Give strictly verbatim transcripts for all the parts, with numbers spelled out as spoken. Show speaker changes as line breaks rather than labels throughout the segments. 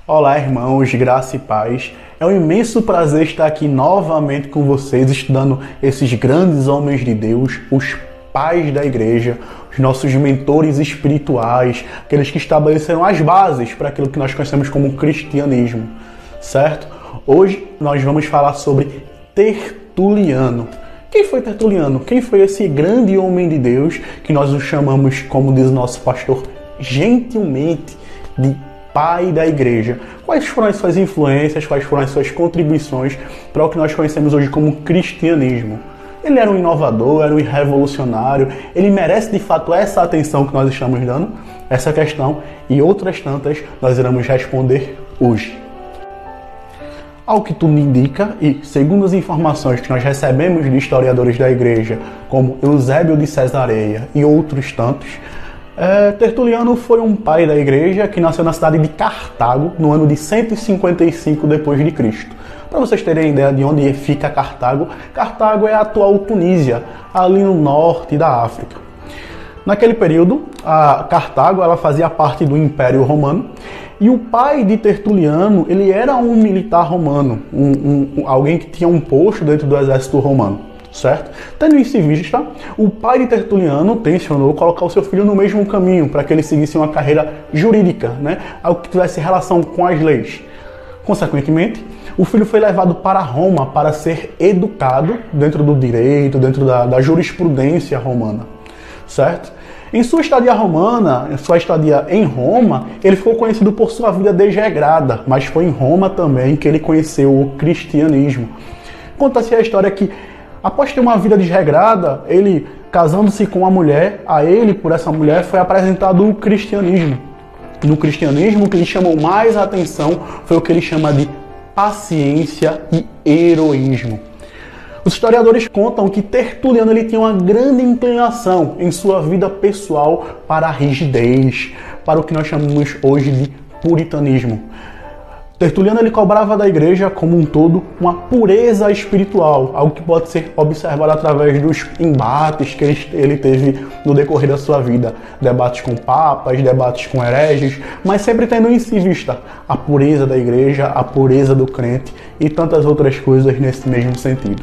Olá, irmãos, graça e paz. É um imenso prazer estar aqui novamente com vocês, estudando esses grandes homens de Deus, os pais da igreja, os nossos mentores espirituais, aqueles que estabeleceram as bases para aquilo que nós conhecemos como cristianismo, certo? Hoje nós vamos falar sobre Tertuliano. Quem foi Tertuliano? Quem foi esse grande homem de Deus que nós o chamamos, como diz o nosso pastor, gentilmente de pai da igreja? Quais foram as suas influências, quais foram as suas contribuições para o que nós conhecemos hoje como cristianismo? Ele era um inovador, era um revolucionário, ele merece de fato essa atenção que nós estamos dando? Essa questão e outras tantas nós iremos responder hoje. Ao que tudo indica, e segundo as informações que nós recebemos de historiadores da igreja, como Eusébio de Cesareia e outros tantos, É, Tertuliano foi um pai da igreja que nasceu na cidade de Cartago no ano de cento e cinquenta e cinco depois de Cristo. Para vocês terem ideia de onde fica Cartago, Cartago é a atual Tunísia, ali no norte da África. Naquele período, a Cartago ela fazia parte do Império Romano e o pai de Tertuliano ele era um militar romano, um, um, alguém que tinha um posto dentro do exército romano. Certo? Tendo isso em vista, o pai de Tertuliano tensionou colocar o seu filho no mesmo caminho para que ele seguisse uma carreira jurídica, né? Algo que tivesse relação com as leis. Consequentemente, o filho foi levado para Roma para ser educado dentro do direito, dentro da, da jurisprudência romana. Certo? Em sua estadia romana, em sua estadia em Roma, ele ficou conhecido por sua vida desregrada, mas foi em Roma também que ele conheceu o cristianismo. Conta-se a história que após ter uma vida desregrada, ele, casando-se com uma mulher, a ele, por essa mulher, foi apresentado o cristianismo. No cristianismo, o que lhe chamou mais a atenção foi o que ele chama de paciência e heroísmo. Os historiadores contam que Tertuliano ele tinha uma grande inclinação em sua vida pessoal para a rigidez, para o que nós chamamos hoje de puritanismo. Tertuliano ele cobrava da igreja como um todo uma pureza espiritual, algo que pode ser observado através dos embates que ele teve no decorrer da sua vida. Debates com papas, debates com hereges, mas sempre tendo em si vista a pureza da igreja, a pureza do crente e tantas outras coisas nesse mesmo sentido.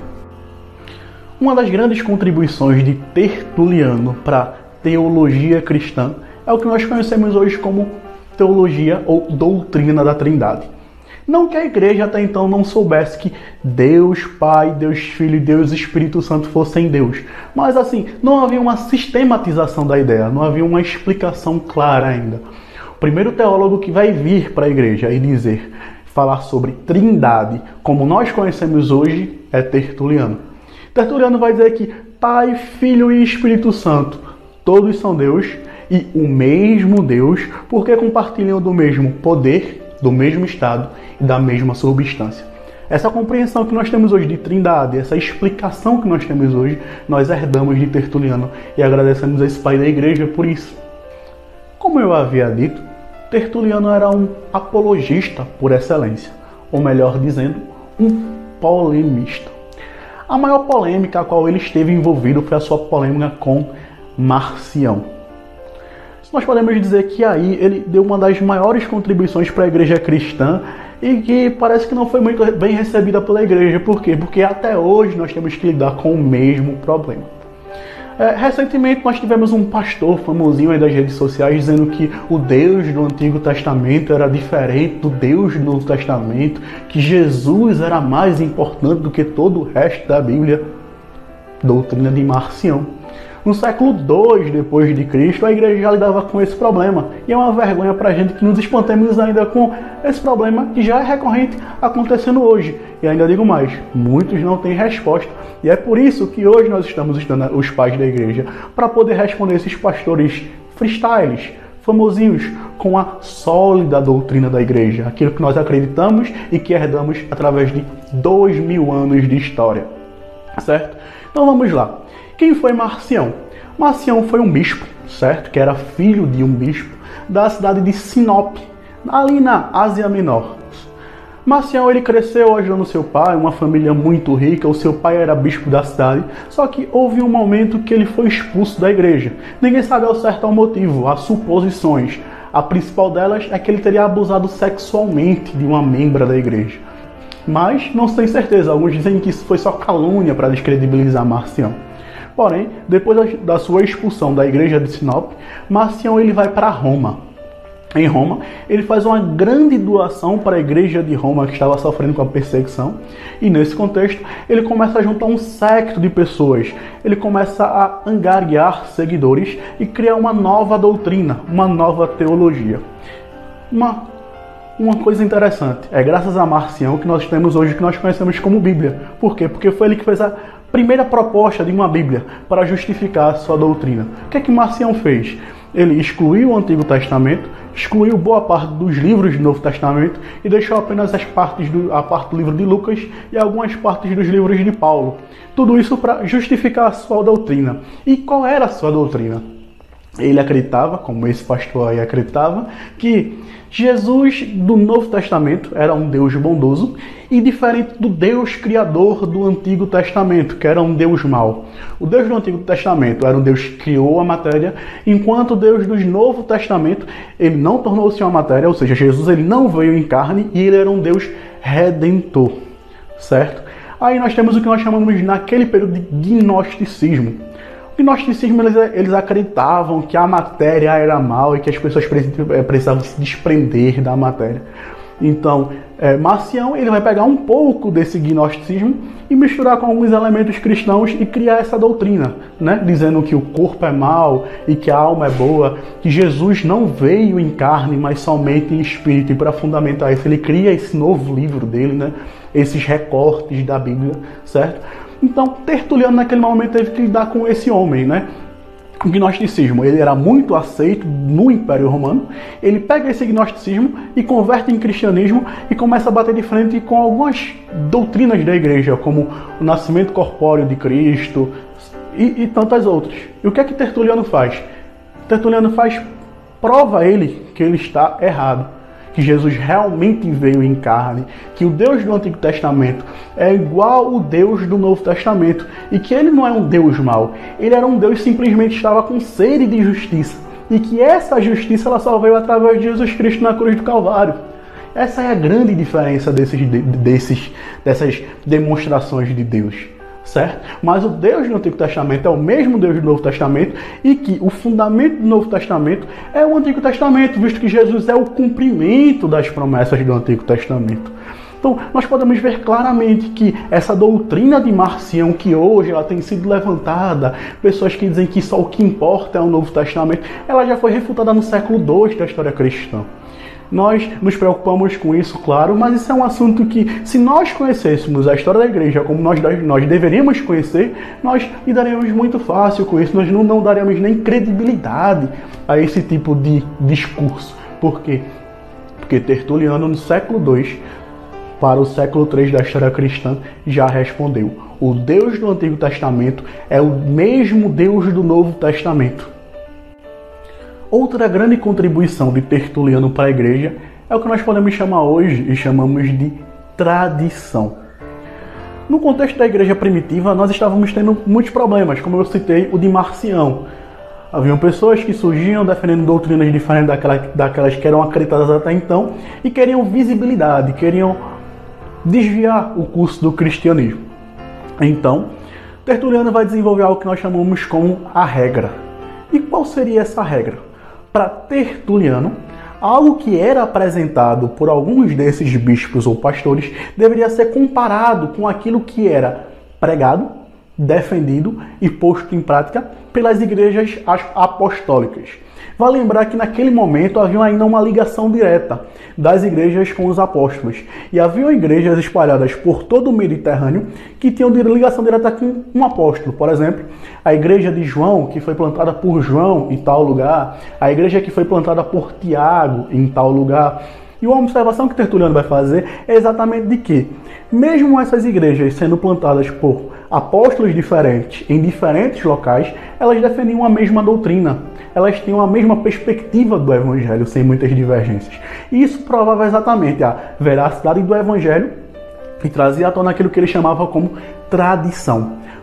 Uma das grandes contribuições de Tertuliano para a teologia cristã é o que nós conhecemos hoje como teologia ou doutrina da Trindade. Não que a igreja até então não soubesse que Deus Pai, Deus Filho e Deus Espírito Santo fossem Deus. Mas assim, não havia uma sistematização da ideia, não havia uma explicação clara ainda. O primeiro teólogo que vai vir para a igreja e dizer, falar sobre Trindade, como nós conhecemos hoje, é Tertuliano. Tertuliano vai dizer que Pai, Filho e Espírito Santo, todos são Deus e o mesmo Deus, porque compartilham do mesmo poder, do mesmo estado e da mesma substância. Essa compreensão que nós temos hoje de Trindade, essa explicação que nós temos hoje, nós herdamos de Tertuliano e agradecemos a esse pai da igreja por isso. Como eu havia dito, Tertuliano era um apologista por excelência, ou melhor dizendo, um polemista. A maior polêmica a qual ele esteve envolvido foi a sua polêmica com Marcião. Nós podemos dizer que aí ele deu uma das maiores contribuições para a igreja cristã e que parece que não foi muito bem recebida pela igreja. Por quê? Porque até hoje nós temos que lidar com o mesmo problema. É, recentemente nós tivemos um pastor famosinho aí das redes sociais dizendo que o Deus do Antigo Testamento era diferente do Deus do Novo Testamento, que Jesus era mais importante do que todo o resto da Bíblia. Doutrina de Marcião. No século dois depois de Cristo, a igreja já lidava com esse problema. E é uma vergonha para a gente que nos espantemos ainda com esse problema que já é recorrente acontecendo hoje. E ainda digo mais, muitos não têm resposta. E é por isso que hoje nós estamos estudando os pais da igreja, para poder responder esses pastores freestyles, famosinhos, com a sólida doutrina da igreja. Aquilo que nós acreditamos e que herdamos através de dois mil anos de história. Certo? Então vamos lá. Quem foi Marcião? Marcião foi um bispo, certo? Que era filho de um bispo da cidade de Sinope, ali na Ásia Menor. Marcião ele cresceu ajudando seu pai, uma família muito rica, o seu pai era bispo da cidade, só que houve um momento que ele foi expulso da igreja. Ninguém sabe ao certo o motivo, há suposições. A principal delas é que ele teria abusado sexualmente de uma membra da igreja. Mas não se tem certeza, alguns dizem que isso foi só calúnia para descredibilizar Marcião. Porém, depois da sua expulsão da igreja de Sinope, Marcião ele vai para Roma. Em Roma, ele faz uma grande doação para a igreja de Roma que estava sofrendo com a perseguição. E nesse contexto, ele começa a juntar um séquito de pessoas. Ele começa a angariar seguidores e criar uma nova doutrina, uma nova teologia. Uma, uma coisa interessante, é graças a Marcião que nós temos hoje o que nós conhecemos como Bíblia. Por quê? Porque foi ele que fez a primeira proposta de uma Bíblia para justificar a sua doutrina. O que é que Marcião fez? Ele excluiu o Antigo Testamento, excluiu boa parte dos livros do Novo Testamento e deixou apenas as partes do, a parte do livro de Lucas e algumas partes dos livros de Paulo. Tudo isso para justificar a sua doutrina. E qual era a sua doutrina? Ele acreditava, como esse pastor aí acreditava, que Jesus do Novo Testamento era um Deus bondoso e diferente do Deus criador do Antigo Testamento, que era um Deus mau. O Deus do Antigo Testamento era um Deus que criou a matéria, enquanto o Deus do Novo Testamento, ele não tornou-se uma matéria, ou seja, Jesus ele não veio em carne e ele era um Deus redentor, certo? Aí nós temos o que nós chamamos naquele período de gnosticismo. O gnosticismo, eles, eles acreditavam que a matéria era mal e que as pessoas precisavam se desprender da matéria. Então, é, Marcião ele vai pegar um pouco desse gnosticismo e misturar com alguns elementos cristãos e criar essa doutrina, né? Dizendo que o corpo é mau e que a alma é boa, que Jesus não veio em carne, mas somente em espírito. E para fundamentar isso, ele cria esse novo livro dele, né? Esses recortes da Bíblia, certo? Então, Tertuliano naquele momento teve que lidar com esse homem, né? O gnosticismo, ele era muito aceito no Império Romano. Ele pega esse gnosticismo e converte em cristianismo e começa a bater de frente com algumas doutrinas da igreja, como o nascimento corpóreo de Cristo e, e tantas outras. E o que é que Tertuliano faz? Tertuliano faz, prova ele que ele está errado, que Jesus realmente veio em carne, que o Deus do Antigo Testamento é igual ao Deus do Novo Testamento e que ele não é um Deus mau, ele era um Deus que simplesmente estava com sede de justiça e que essa justiça ela só veio através de Jesus Cristo na cruz do Calvário. Essa é a grande diferença desses, desses, dessas demonstrações de Deus. Certo? Mas o Deus do Antigo Testamento é o mesmo Deus do Novo Testamento e que o fundamento do Novo Testamento é o Antigo Testamento, visto que Jesus é o cumprimento das promessas do Antigo Testamento. Então, nós podemos ver claramente que essa doutrina de Marcião, que hoje ela tem sido levantada, pessoas que dizem que só o que importa é o Novo Testamento, ela já foi refutada no século dois da história cristã. Nós nos preocupamos com isso, claro, mas isso é um assunto que, se nós conhecêssemos a história da igreja como nós, nós deveríamos conhecer, nós lidaríamos muito fácil com isso, nós não, não daríamos nem credibilidade a esse tipo de discurso. Por quê? Porque Tertuliano, no século dois, para o século três da história cristã, já respondeu. O Deus do Antigo Testamento é o mesmo Deus do Novo Testamento. Outra grande contribuição de Tertuliano para a igreja é o que nós podemos chamar hoje e chamamos de tradição. No contexto da igreja primitiva, nós estávamos tendo muitos problemas, como eu citei o de Marcião. Haviam pessoas que surgiam defendendo doutrinas diferentes daquelas, daquelas que eram acreditadas até então e queriam visibilidade, queriam desviar o curso do cristianismo. Então, Tertuliano vai desenvolver algo que nós chamamos como a regra. E qual seria essa regra? Para Tertuliano, algo que era apresentado por alguns desses bispos ou pastores deveria ser comparado com aquilo que era pregado, defendido e posto em prática pelas igrejas apostólicas. Vale lembrar que naquele momento havia ainda uma ligação direta das igrejas com os apóstolos. E havia igrejas espalhadas por todo o Mediterrâneo que tinham ligação direta com um apóstolo. Por exemplo, a igreja de João, que foi plantada por João em tal lugar. A igreja que foi plantada por Tiago em tal lugar. E uma observação que Tertuliano vai fazer é exatamente de que, mesmo essas igrejas sendo plantadas por apóstolos diferentes em diferentes locais, elas defendiam a mesma doutrina. Elas tinham a mesma perspectiva do Evangelho, sem muitas divergências. E isso provava exatamente a veracidade do Evangelho e trazia à tona aquilo que ele chamava como tradição.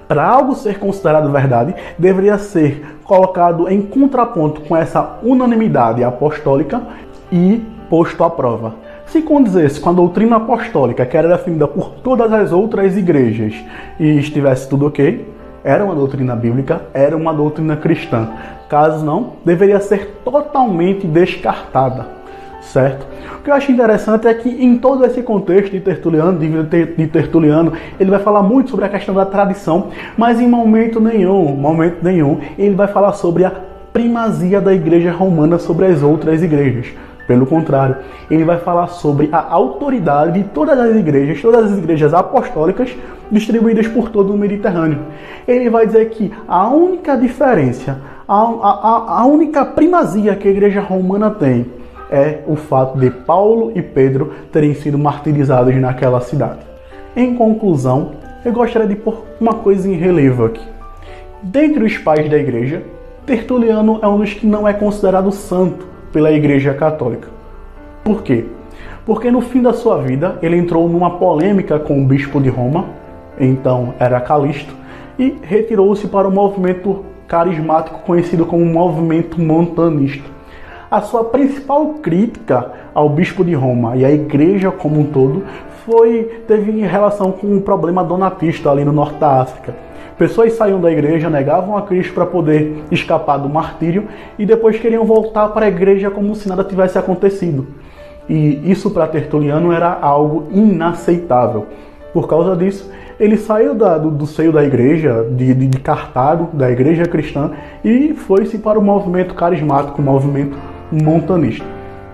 Para algo ser considerado verdade, deveria ser colocado em contraponto com essa unanimidade apostólica e posto à prova. Se condizesse com a doutrina apostólica, que era definida por todas as outras igrejas, e estivesse tudo ok, era uma doutrina bíblica, era uma doutrina cristã. Caso não, deveria ser totalmente descartada, certo? O que eu acho interessante é que em todo esse contexto de Tertuliano, de Tertuliano, ele vai falar muito sobre a questão da tradição, mas em momento nenhum, momento nenhum, ele vai falar sobre a primazia da igreja romana sobre as outras igrejas. Pelo contrário, ele vai falar sobre a autoridade de todas as igrejas, todas as igrejas apostólicas distribuídas por todo o Mediterrâneo. Ele vai dizer que a única diferença, a, a, a única primazia que a igreja romana tem é o fato de Paulo e Pedro terem sido martirizados naquela cidade. Em conclusão, eu gostaria de pôr uma coisa em relevo aqui. Dentre os pais da igreja, Tertuliano é um dos que não é considerado santo pela Igreja Católica. Por quê? Porque no fim da sua vida ele entrou numa polêmica com o bispo de Roma, então era Calixto, e retirou-se para o movimento carismático conhecido como movimento montanista. A sua principal crítica ao bispo de Roma e à igreja como um todo foi, teve relação com o problema donatista ali no norte da África. Pessoas saíam da igreja, negavam a Cristo para poder escapar do martírio e depois queriam voltar para a igreja como se nada tivesse acontecido. E isso para Tertuliano era algo inaceitável. Por causa disso, ele saiu da, do, do seio da igreja, de, de, de Cartago, da igreja cristã, e foi-se para o movimento carismático, o movimento montanista.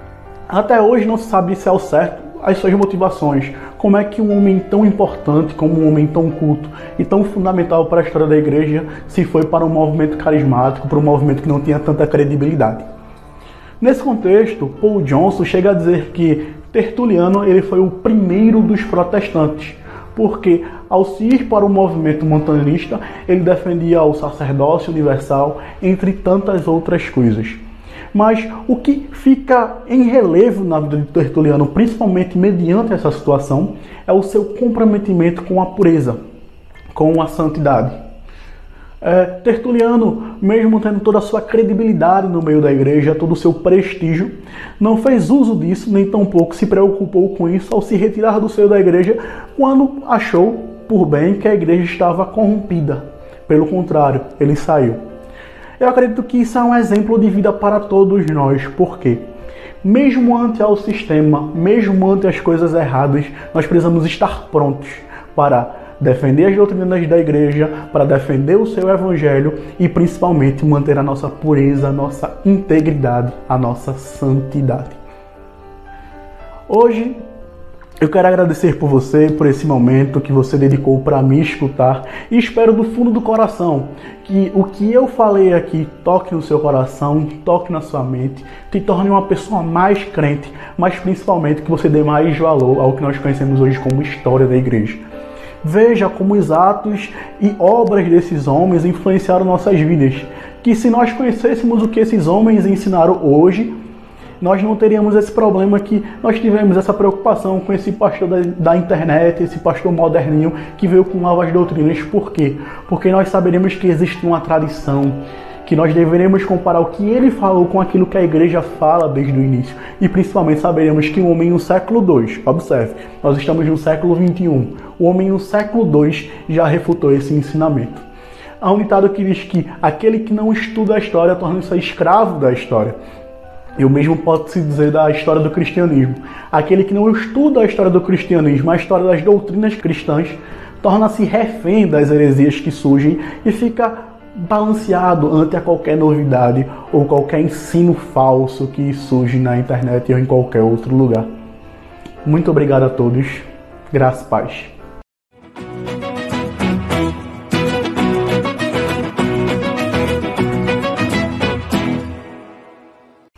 Até hoje não se sabe se é o certo as suas motivações. Como é que um homem tão importante, como um homem tão culto e tão fundamental para a história da igreja se foi para um movimento carismático, para um movimento que não tinha tanta credibilidade? Nesse contexto, Paul Johnson chega a dizer que Tertuliano ele foi o primeiro dos protestantes, porque ao se ir para o movimento montanista, ele defendia o sacerdócio universal, entre tantas outras coisas. Mas o que fica em relevo na vida de Tertuliano, principalmente mediante essa situação, é o seu comprometimento com a pureza, com a santidade. É, Tertuliano, mesmo tendo toda a sua credibilidade no meio da igreja, todo o seu prestígio, não fez uso disso, nem tampouco se preocupou com isso ao se retirar do seio da igreja quando achou por bem que a igreja estava corrompida. Pelo contrário, ele saiu. Eu acredito que isso é um exemplo de vida para todos nós, porque mesmo ante ao sistema, mesmo ante as coisas erradas, nós precisamos estar prontos para defender as doutrinas da igreja, para defender o seu evangelho e principalmente manter a nossa pureza, a nossa integridade, a nossa santidade. Hoje eu quero agradecer por você, por esse momento que você dedicou para me escutar e espero do fundo do coração que o que eu falei aqui toque no seu coração, toque na sua mente, te torne uma pessoa mais crente, mas principalmente que você dê mais valor ao que nós conhecemos hoje como história da igreja. Veja como os atos e obras desses homens influenciaram nossas vidas, que se nós conhecêssemos o que esses homens ensinaram hoje, nós não teríamos esse problema que nós tivemos, essa preocupação com esse pastor da, da internet, esse pastor moderninho que veio com novas doutrinas. Por quê? Porque nós saberemos que existe uma tradição, que nós deveremos comparar o que ele falou com aquilo que a igreja fala desde o início. E principalmente saberemos que o homem no século dois, observe, nós estamos no século vinte e um, o homem no século dois já refutou esse ensinamento. Há um ditado que diz que aquele que não estuda a história torna-se escravo da história. E o mesmo pode-se dizer da história do cristianismo. Aquele que não estuda a história do cristianismo, a história das doutrinas cristãs, torna-se refém das heresias que surgem e fica balanceado ante a qualquer novidade ou qualquer ensino falso que surge na internet ou em qualquer outro lugar. Muito obrigado a todos. Graça e paz.